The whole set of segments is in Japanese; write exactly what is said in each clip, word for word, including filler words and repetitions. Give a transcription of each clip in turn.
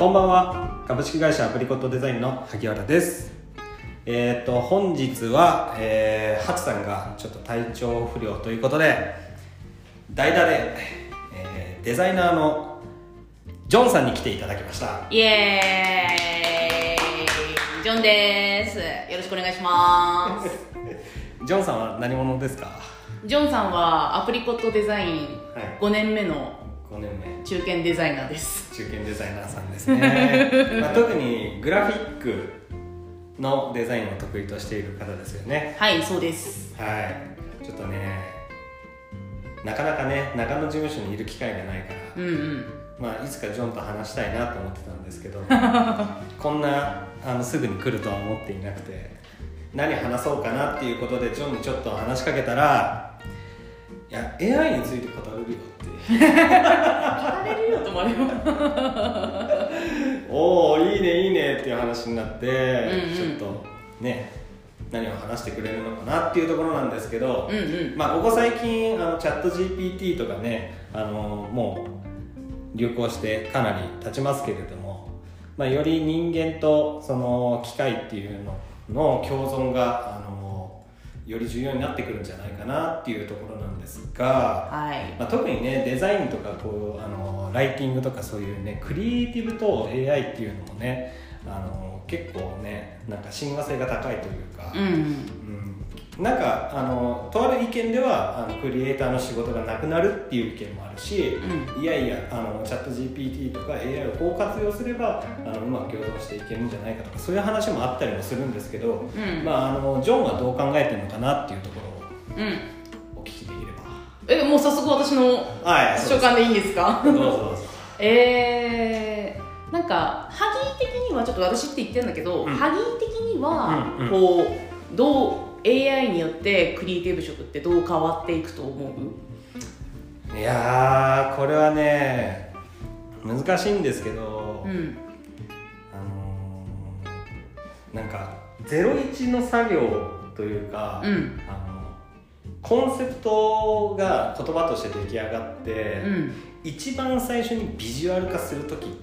こんばんは。株式会社アプリコットデザインの萩原です。えっと本日は、えー、ハチさんがちょっと体調不良ということで代打で、えー、デザイナーのジョンさんに来ていただきました。 イエーイ、ジョンです。よろしくお願いしますジョンさんは何者ですか？ ジョンさんはアプリコットデザインごねんめのごねんめ中堅デザイナーです。 中堅デザイナーさんですね、まあ、特にグラフィックのデザインを得意としている方ですよね。 はい、そうです。 はい、ちょっとねなかなかね中野事務所にいる機会がないから、 うんうん、 まあ、いつかジョンと話したいなと思ってたんですけどこんなあのすぐに来るとは思っていなくて、何話そうかなっていうことでジョンにちょっと話しかけたら、いや エーアイ について語れるよって語れるよともあればおおいいねいいねっていう話になって、 うんうん、 ちょっとね何を話してくれるのかなっていうところなんですけど、 うんうん、 まあここ最近あのチャット ジーピーティー とかねあのもう流行してかなり経ちますけれども、まあ、より人間とその機械っていうのの共存があのより重要になってくるんじゃないかなっていうところなんですが、 はいまあ、特にねデザインとかこうあのライティングとかそういうねクリエイティブと エーアイ っていうのもねあの結構ねなんか親和性が高いというか、 うんうんうん、なんかあのとある意見ではあのクリエイターの仕事がなくなるっていう意見もあるし、うん、いやいやあのチャット ジーピーティー とか エーアイ をこう活用すればあのうまく共存していけるんじゃないかとかそういう話もあったりもするんですけど、うんまあ、あのジョンはどう考えてるのかなっていうところをお聞きできれば、 うん、えもう早速私の所感でいいんですか？ どうぞどうぞえー、なんかハギー的にはちょっと私って言ってるんだけど、うん、ハギー的には、うんうん、こうどうエーアイ によってクリエイティブ職ってどう変わっていくと思う？ いやーこれはね難しいんですけど、うん、あのー、なんかゼロイチの作業というか、うん、あのコンセプトが言葉として出来上がって、うん、一番最初にビジュアル化する時って、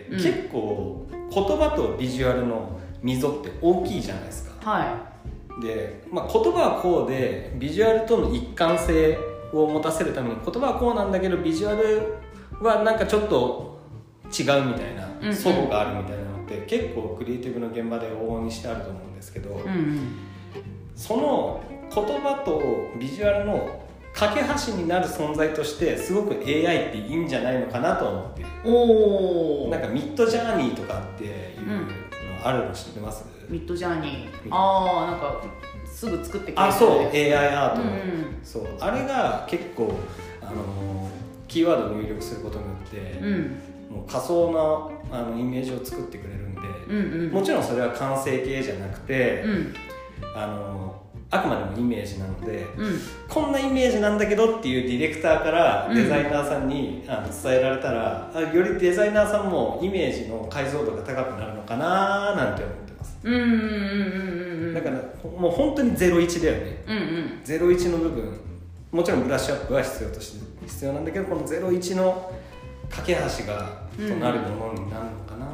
うん、結構言葉とビジュアルの溝って大きいじゃないですか。 はいでまあ、言葉はこうでビジュアルとの一貫性を持たせるために言葉はこうなんだけどビジュアルはなんかちょっと違うみたいな齟齬があるみたいなのって結構クリエイティブの現場で往々にしてあると思うんですけど、うんうん、その言葉とビジュアルの架け橋になる存在としてすごく エーアイ っていいんじゃないのかなと思っている。 おなんかミッドジャーニーとかっていうのあるの知ってます？ うん、ミッドジャーニーああなんかすぐ作ってくれる、ね、 あそう エーアイ アートの、うんうん、そうあれが結構あのキーワードを入力することによって、うん、もう仮想なあのイメージを作ってくれるんで、うんうん、もちろんそれは完成形じゃなくて、うん、あのあくまでもイメージなので、うん、こんなイメージなんだけどっていうディレクターからデザイナーさんに、うん、あの伝えられたらよりデザイナーさんもイメージの解像度が高くなるのかななんて思ってます。うんうんうんうんうんだからもう本当にゼロイチだよね、うんうん、ゼロイチの部分もちろんブラッシュアップは必要として必要なんだけどこのゼロイチの架け橋がとなるものになるのかなって、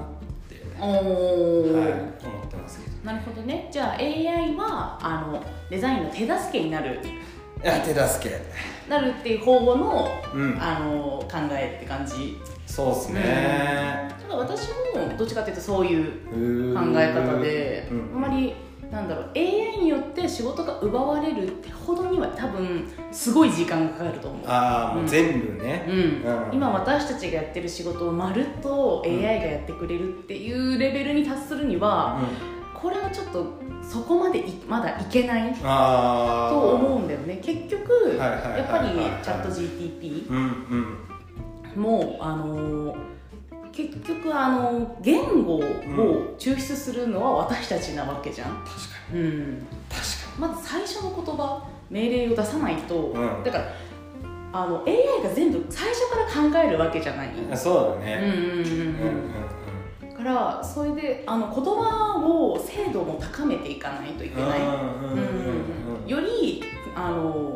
うんはい、思ってますけど。 なるほどね。じゃあ エーアイ はあのデザインの手助けになるいや手助けなるっていう方の、うん、あの考えって感じ。 そうですね、 うん、ちょっと私もどっちかっていうとそういう考え方で、うん、あんまりなんだろう エーアイ によって仕事が奪われるってほどには多分すごい時間がかかると思う。 ああ、もう全部ね、 うんうん、今私たちがやってる仕事をまるっと エーアイ がやってくれるっていうレベルに達するには、うん、これはちょっとそこまでいまだいけないと思うんだよね。結局やっぱりチャット ジーティーピー もうあのー、結局あの言語を抽出するのは私たちなわけじゃん。 確かに、うん、確かにまず最初の言葉命令を出さないと、うん、だからあの エーアイ が全部最初から考えるわけじゃない。 そうだね。 だからそれであの言葉を精度も高めていかないといけない。よりあの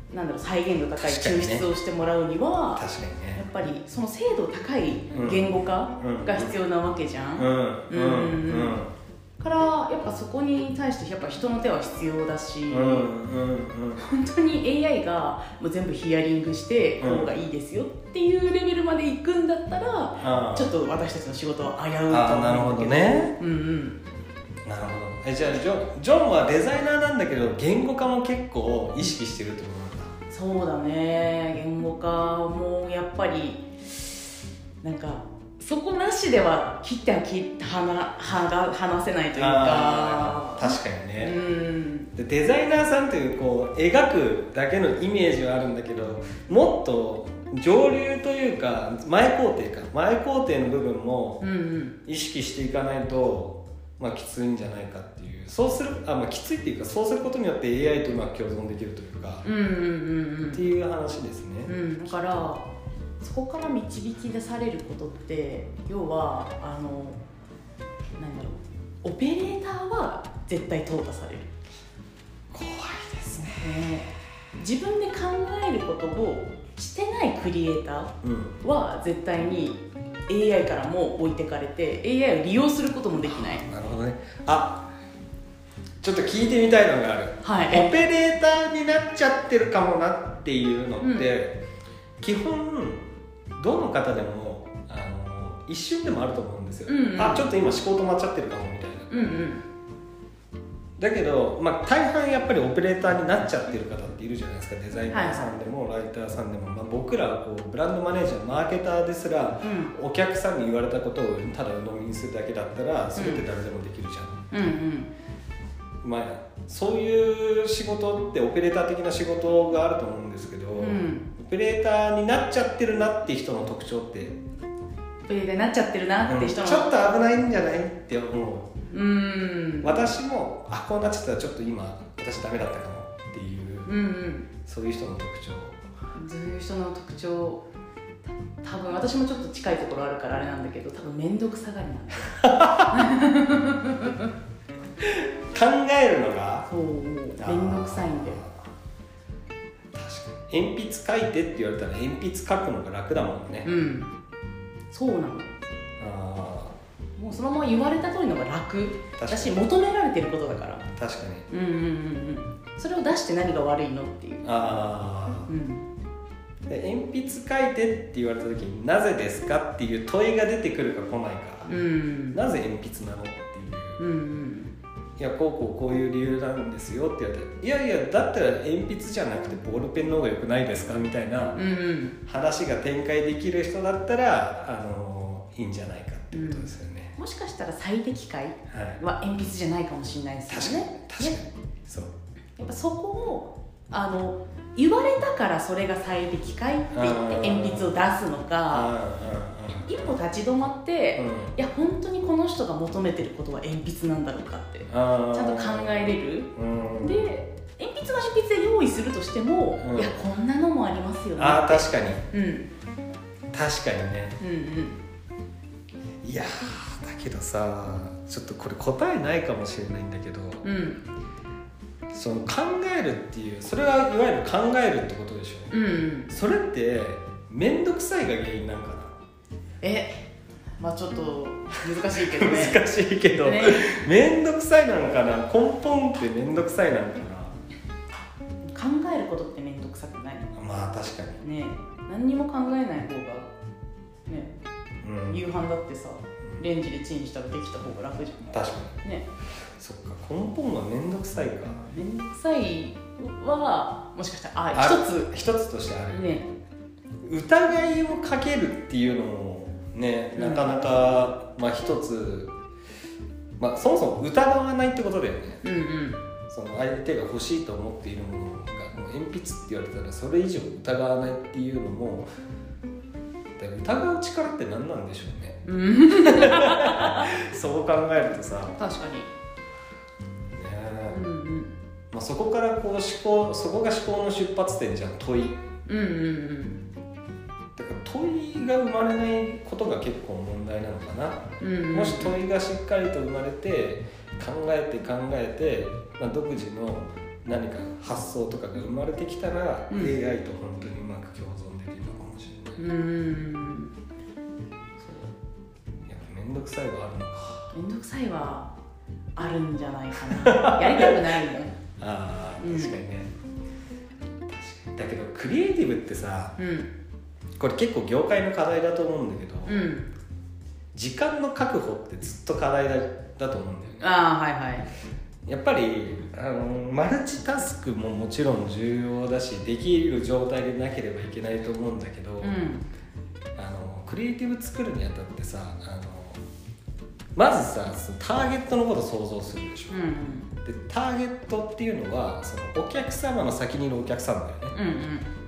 なんだろう再現度高い抽出をしてもらうには確かにね、 やっぱりその精度高い言語化が必要なわけじゃん。 うんうんうんうんからやっぱそこに対してやっぱ人の手は必要だし、 うんうんうん、 本当に エーアイ がもう全部ヒアリングしてこうがいいですよっていうレベルまで行くんだったら、うん、ちょっと私たちの仕事は危ういと思うんだけど。 なるほどね、 うんうん、 なるほど。えじゃあジョン、ジョンはデザイナーなんだけど言語化も結構意識してるってことなんだ。 そうだね、言語化もやっぱりなんかそこなしでは切っては切って話せないというか。 確かにね、 うん、 でデザイナーさんというこう描くだけのイメージはあるんだけど、もっと上流というか前工程か前工程の部分も意識していかないと、まあ、きついんじゃないかっていう、そうするあ、まあ、きついっていうかそうすることによって エーアイ とうまく共存できるというか、 うんうんうんうん、 っていう話ですね、 うん、だからそこから導き出されることって要はあのなんだろう、オペレーターは絶対淘汰される。 怖いですね。 ね、自分で考えることをしてないクリエイターは絶対に エーアイ からも置いてかれて エーアイ を利用することもできない。 なるほどね。あ、ちょっと聞いてみたいのがある、 はい、 オペレーターになっちゃってるかもなっていうのって、うん、基本どの方でもあの一瞬でもあると思うんですよ、うんうん、あ、ちょっと今思考止まっちゃってるかもみたいな、 うんうん、 だけど、まあ、大半やっぱりオペレーターになっちゃってる方っているじゃないですか。デザイナーさんでも、はい、ライターさんでも、まあ、僕らはこうブランドマネージャーマーケターですら、うん、お客さんに言われたことをただ鵜呑みにするだけだったら全て誰でもできるじゃん、 うんうんうんまあ、そういう仕事ってオペレーター的な仕事があると思うんですけど、うん、オペレーターになっちゃってるなって人の特徴って、 オペレーターになっちゃってるなって人の、 うん、ちょっと危ないんじゃないって思う。 うん、 私もあこうなっちゃったらちょっと今私ダメだったかもっていう、 うんうん、 そういう人の特徴、 そういう人の特徴、多分私もちょっと近いところあるからあれなんだけど、多分面倒くさがりなんだよ考えるのがそう面倒くさいんだよ。 確かに鉛筆書いてって言われたら鉛筆書くのが楽だもんね。 うん、そうなの。あもうそのまま言われた通りのが楽だし、求められてることだから。 確かに。 うんうんうんうん。それを出して何が悪いのっていう。 ああ。うん。で鉛筆書いてって言われた時になぜですかっていう問いが出てくるか来ないか。うん。なぜ鉛筆なのっていう。うんうん。いやこうこうこういう理由なんですよって言われて、いやいやだったら鉛筆じゃなくてボールペンの方が良くないですかみたいな話が展開できる人だったら、あのいいんじゃないかってことですよね、 うん、もしかしたら最適解は鉛筆じゃないかもしれないですよね。 確かに確かに、ね、そうやっぱそこをあの言われたからそれが最適解って言って鉛筆を出すのか、一歩立ち止まって、うん、いや本当にこの人が求めてることは鉛筆なんだろうかってちゃんと考えれる、うん、で鉛筆は鉛筆で用意するとしても、うん、いやこんなのもありますよね。 あ確かに、 うん、 確かにね、 うんうん、 いやだけどさちょっとこれ答えないかもしれないんだけど、 うん、 その考えるっていうそれはいわゆる考えるってことでしょ、 うんうん、 それって面倒くさいが原因なんかな。 えまあちょっと難しいけどね難しいけど、ね、面倒くさいなのかな。根本って面倒くさいなのかな。考えることって面倒くさくない？ まあ確かにね。何にも考えない方がね、うん、夕飯だってさレンジでチンしたらできた方が楽じゃん。 確かにね。そっか根本は面倒くさいか。 面倒くさいはもしかしたらあ一つ一つとしてあるね。 疑いをかけるっていうのもね、なかなか、うん、まあ一つ、まあ、そもそも疑わないってことだよね、 うんうん、 その相手が欲しいと思っているものがもう鉛筆って言われたらそれ以上疑わないっていうのも疑う力って何なんでしょうね、うん、そう考えるとさ確かに、 ねうんうんまあ、そこからこう思考そこが思考の出発点じゃん問い、 うんうんうんだから問いが生まれないことが結構問題なのかな、うんうん、もし問いがしっかりと生まれて考えて考えて、まあ、独自の何か発想とかが生まれてきたら、うん、エーアイ と本当にうまく共存できるのかもしれない。うーん、そうやっぱ面倒くさいはあるのか。 面倒くさいはあるんじゃないかなやりたくないもんああ、確かにね、うん、確かに。だけどクリエイティブってさ、うん、これ結構業界の課題だと思うんだけど、うん、時間の確保ってずっと課題だ、だと思うんだよね。 ああ、はいはい。 やっぱりあのマルチタスクももちろん重要だし、できる状態でなければいけないと思うんだけど、うん、あのクリエイティブ作るにあたってさ、あのまずさ、そのターゲットのことを想像するでしょ、うんうん、でターゲットっていうのはそのお客様の先にいるお客さんだよね、うんうん、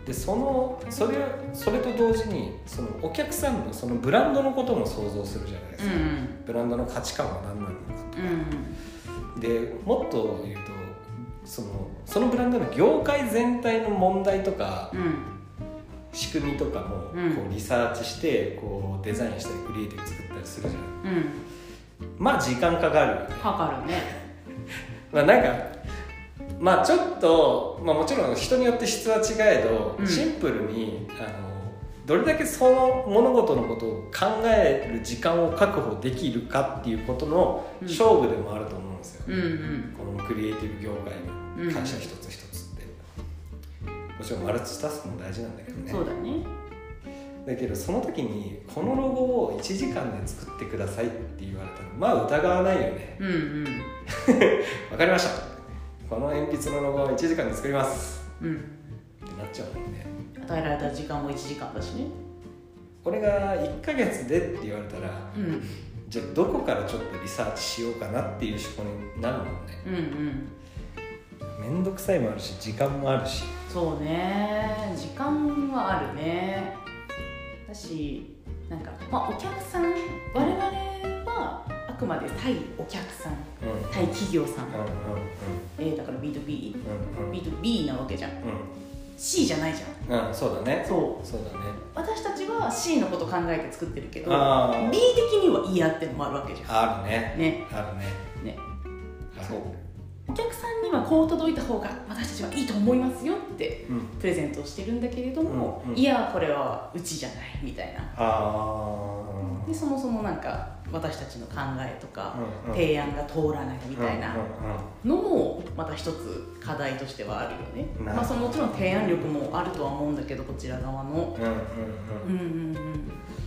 でそのそれそれと同時にそのお客さんのそのブランドのことも想像するじゃないですか、うんうん、ブランドの価値観は何なのかとか、うんうん、でもっと言うとそのそのブランドの業界全体の問題とか、うん、仕組みとかもこうリサーチしてこうデザインしたりクリエイティブ作ったりするじゃん、うん、まあ時間かかるよね。 かかるねまあなんかまあちょっと、まあ、もちろん人によって質は違えど、うん、シンプルにあのどれだけその物事のことを考える時間を確保できるかっていうことの勝負でもあると思うんですよ、うんうん、このクリエイティブ業界の会社一つ一つって、うん、もちろんマルチタスクも大事なんだけどね。 そうだね。 だけどその時にこのロゴをいちじかんで作ってくださいって言われたらまあ疑わないよね。うんうん、わかりました、この鉛筆のロゴをいちじかんで作ります、うん、ってなっちゃうもんね。 与えられた時間もいちじかんだしね。 これがいっかげつでって言われたら、うん、じゃあどこからちょっとリサーチしようかなっていう思考になるもんね。うんうん、めんどくさいもあるし時間もあるし。 そうね、時間はあるね。だしなんか、まあ、お客さん、我々はあくまで対お客さん、うん、対企業さん、うんうんうん、えー、だから ビーツービー、うんうん、ビーツービー なわけじゃん、うん、シー じゃないじゃん、うん、そうだね。 そうそうだね。 私たちは シー のこと考えて作ってるけど ビー 的には嫌ってのもあるわけじゃん。あるね。ね、あるね。ね、 そう、お客さんにはこう届いた方が私たちはいいと思いますよってプレゼントをしてるんだけれども、うんうん、いやこれはうちじゃないみたいな。あでそもそもなんか私たちの考えとか、うんうん、提案が通らないみたいなのもまた一つ課題としてはあるよね。まあ、そのもちろん提案力もあるとは思うんだけどこちら側の。うんうんうん。うんうんうん。なるほどね。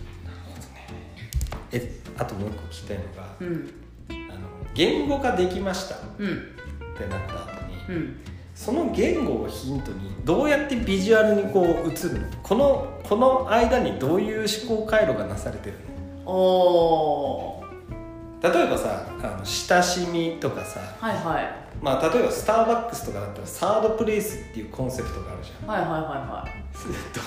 え、あともう一個聞きたいのが、うん、あの言語化できました、うん、ってなった後に、うん、その言語をヒントにどうやってビジュアルにこう映るの？このこの間にどういう思考回路がなされてるの？お例えばさ、あの親しみとかさ、はいはい、まあ、例えばスターバックスとかだったらサードプレイスっていうコンセプトがあるじゃん。はいはいはいはい。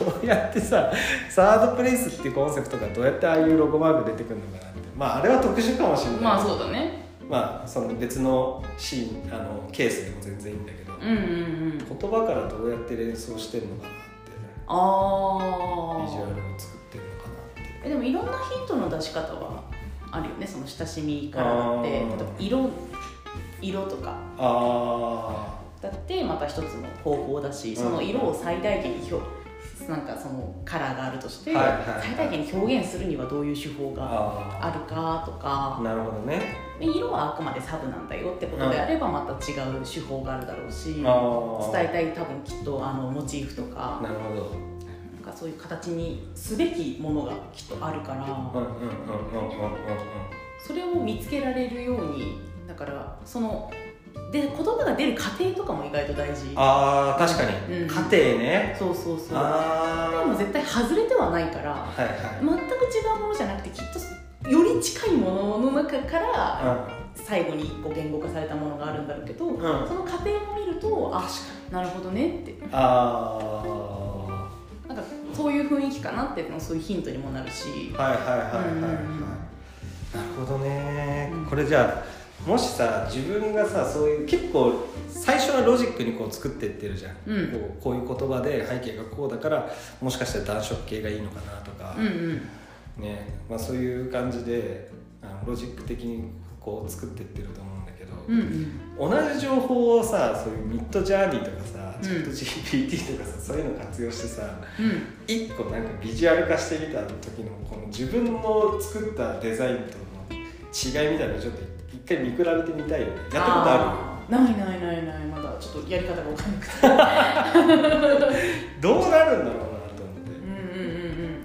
どうやってさサードプレイスっていうコンセプトがどうやってああいうロゴマーク出てくるのかなって。まああれは特殊かもしれない。 まあそうだね。 まあその別のシーン、あのケースでも全然いいんだけど、うんうんうん、言葉からどうやって連想してるのかなって、あビジュアルを作ってるのかなって。 えでもいろんなヒントの出し方はあるよね。その親しみからだって例えば色色とかあだってまた一つの方法だし、その色を最大限に表なんかそのカラーがあるとして、はいはいはい、最大限に表現するにはどういう手法があるかとか。 なるほどね。 色はあくまでサブなんだよってことであればまた違う手法があるだろうし、伝えたい多分きっとあのモチーフとか、なるほど、なんかそういう形にすべきものがきっとあるから、それを見つけられるように、だからそので言葉が出る過程とかも意外と大事。 ああ確かに、うん、過程ね。 そうそうそう。あでも絶対外れてはないから、はいはい、全く違うものじゃなくてきっとより近いものの中から最後に一個言語化されたものがあるんだろうけど、うん、その過程を見るとあなるほどねって。あなんかそういう雰囲気かなっていうのはそういうヒントにもなるし。はいはいはいはい、はい、うん、なるほどね、うん、これじゃあもしさ自分がさそういう結構最初はロジックにこう作っていってるじゃん、うん、こう、こういう言葉で背景がこうだからもしかしたら暖色系がいいのかなとか、うんうんねまあ、そういう感じであのロジック的にこう作っていってると思うんだけど、 ど、 うんうん、 同じ情報をさそういうミッドジャーニーとかさ、うん、チャット ジーピーティー とかさそういうの活用してさ、うん、一個なんかビジュアル化してみた時のこの自分の作ったデザインとの違いみたいなのちょっと一回見比べてみたいよね。やったことある？ないないないない、まだちょっとやり方が分かんなくてどうなるんだろうなと思って、うんうんうんうん、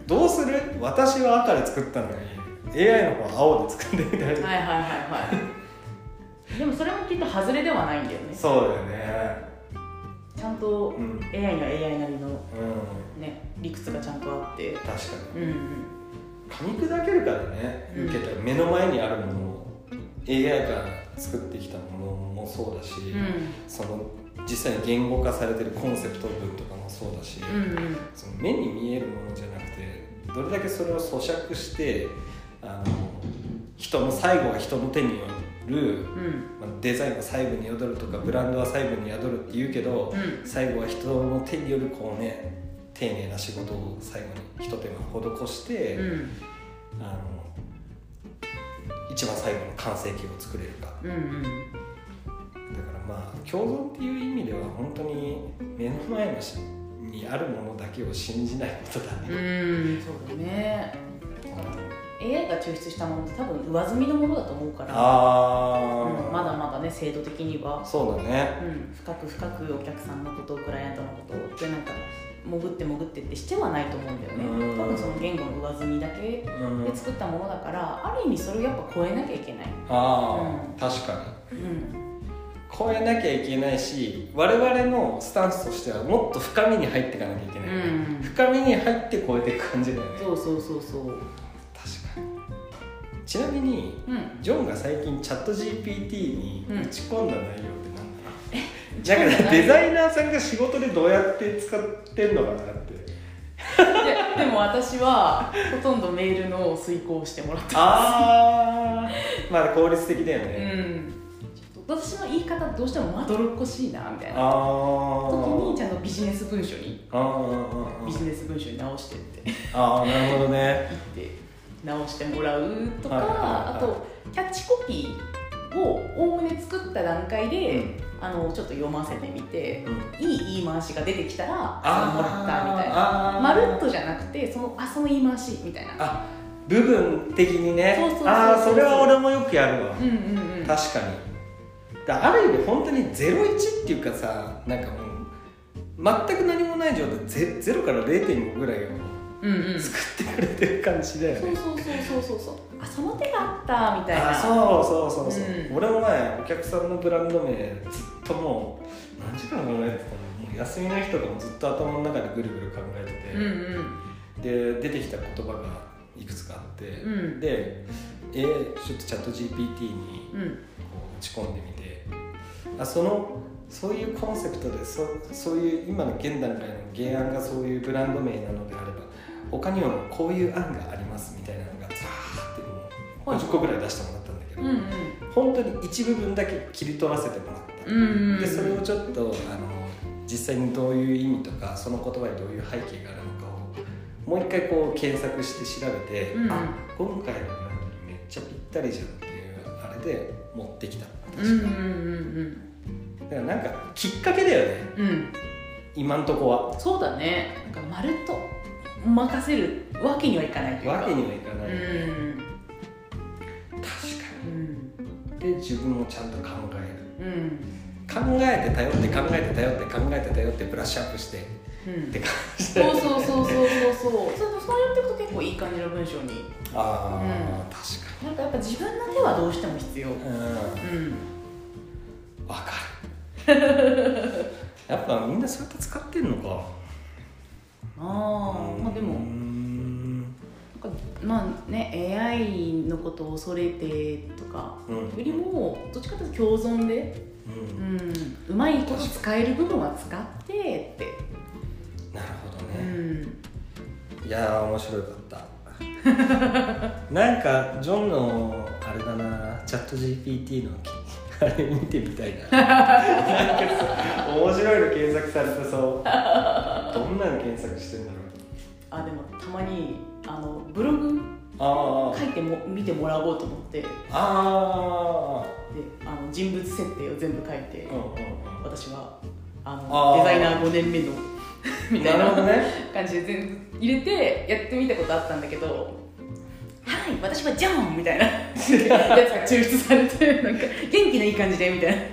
どうする？私は赤で作ったのに エーアイ の方は青で作ってみたいな。 はいはいはいはいでもそれもきっと外れではないんだよね。 そうだよね。 ちゃんと エーアイ には エーアイ なりの、うんね、理屈がちゃんとあって。 確かに、うんうん、噛み砕けるからね、受けた目の前にあるものを エーアイ から作ってきたものもそうだし、うん、その実際に言語化されてるコンセプト文とかもそうだし、うんうん、その目に見えるものじゃなくてどれだけそれを咀嚼してあの人の最後は人の手による、うんまあ、デザインが細部に宿るとかブランドは細部に宿るって言うけど、うん、最後は人の手によるこうね丁寧な仕事を最後に一手間施して、うん、あの一番最後の完成形を作れるか、うんうん、だからまあ共存っていう意味では本当に目の前のしにあるものだけを信じないことだね。 うんそうだね。エーアイ が抽出したものって多分上積みのものだと思うから、あ、うん、まだまだね制度的にはそうだね、 うん、深く深くお客さんのことクライアントのことってなんか潜って潜ってってしてはないと思うんだよね。多分その言語の上積みだけで作ったものだからある意味それをやっぱ超えなきゃいけない。 ああ、うん、確かに、うん、超えなきゃいけないし我々のスタンスとしてはもっと深みに入っていかなきゃいけない、うん、深みに入って超えていく感じだよね。 そうそうそうそう。 ちなみに、うん、ジョンが最近チャット ジーピーティー に打ち込んだ内容って何だろう、うん、だからデザイナーさんが仕事でどうやって使ってんのかなっていやでも私はほとんどメールの遂行をしてもらってます。 あーまあ効率的だよね、 うん、ちょっと私の言い方どうしてもまどろっこしいなみたいな時にちゃんとビジネス文書にビジネス文書に直してってああなるほどね言って直してもらうとか、はいはいはい、あとキャッチコピーをおおむね作った段階で、うん、あのちょっと読ませてみて、うん、いい言い回しが出てきたらそれもらったみたいな、まるっとじゃなくてそのあその言い回しみたいなあ部分的にね。そうそうそうそう。ああそれは俺もよくやるわ、うんうんうん、確かにだある意味本当にゼロイチっていうかさなんかもう全く何もない状態でゼロから れいてんご ぐらいをうんうん、作ってくれてる感じだよね。 そうそうそうそうそうあその手があったみたいな。 あそうそうそうそう、うん、俺も前お客さんのブランド名ずっともう何時間考えてたのもう休みの日とかもずっと頭の中でぐるぐる考えてて、うんうん、で出てきた言葉がいくつかあって、うん、で、えー、ちょっとチャット ジーピーティー にこう打ち込んでみて、うん、あそのそういうコンセプトで そ, そういう今の現段階の原案がそういうブランド名なのであれば他にもこういう案がありますみたいなのがザーってもうごじゅっこぐらい出してもらったんだけど、うんうん、本当に一部分だけ切り取らせてもらった、うんうん、でそれをちょっとあの実際にどういう意味とかその言葉にどういう背景があるのかをもう一回こう検索して調べて、うんうん、あ今回のブランドにめっちゃぴったりじゃんっていうあれで持ってきた確かに、うんうんうんうん、だからなんかきっかけだよね、うん、今んとこは。 そうだねなんかまるっと任せるわけにはいかないというかわけにはいかない、うん、確かに、うん、で自分もちゃんと考える、うん、考えて頼って考えて頼って考えて頼ってブラッシュアップして、うん、って感じで、 そうそうそうそうそうそうそうそうやっていくと結構いい感じの文章にああ、うん、確かになんかやっぱ自分の手はどうしても必要うんわ、 うん、かるやっぱみんなそうやって使ってんのかあまあでもなんかまあね エーアイ のことを恐れてとかよりもどっちかというと共存で、うんうん、うまいこと使える部分は使ってってなるほどね、うん、いやー面白かったなんかジョンのあれだなチャット ジーピーティー のあれ見てみたいななんか面白いの検索されてそうどんなの検索してんだろうあでもたまにあのブログ書いても見てもらおうと思ってあであの人物設定を全部書いて、うんうんうん、私はあのデザイナーごねんめのみたいな感じで全部入れてやってみたことあったんだけど、はい私はジョンみたいなやつが抽出されてなんか元気のいい感じでみたいな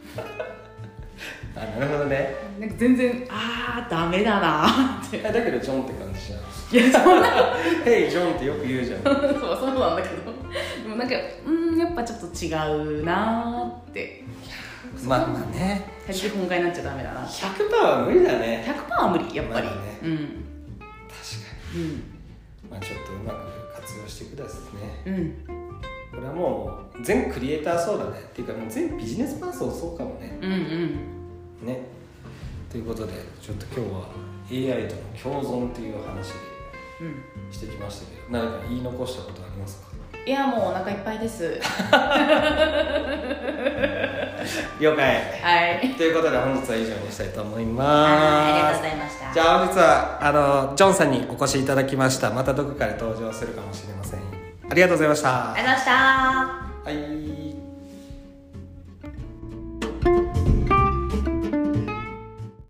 あなるほどね。 なんか全然あーダメだなってだけどジョンって感じじゃん。いやそんなヘイジョンってよく言うじゃんそうそうなんだけどでもなんかうんやっぱちょっと違うなーってまあまあね他力本願になっちゃダメだな。 ひゃくパーセント は無理だね。 ひゃくパーセント は無理やっぱり、まあね、うん、 確かに、うん、まあちょっとうまく活用してくださいね。うんこれはもう全クリエイターそうだねっていうかもう全ビジネスパーソンそうかもね。うんうんねということでちょっと今日は エーアイ との共存という話でしてきましたけど、うん、何か言い残したことありますか？ いやもうお腹いっぱいです了解、 はい、 ということで本日は以上にしたいと思います。 ありがとうございました。 じゃあ本日はあのジョンさんにお越しいただきました。またどこかで登場するかもしれません。ありがとうございました。 ありがとうございました。 はい。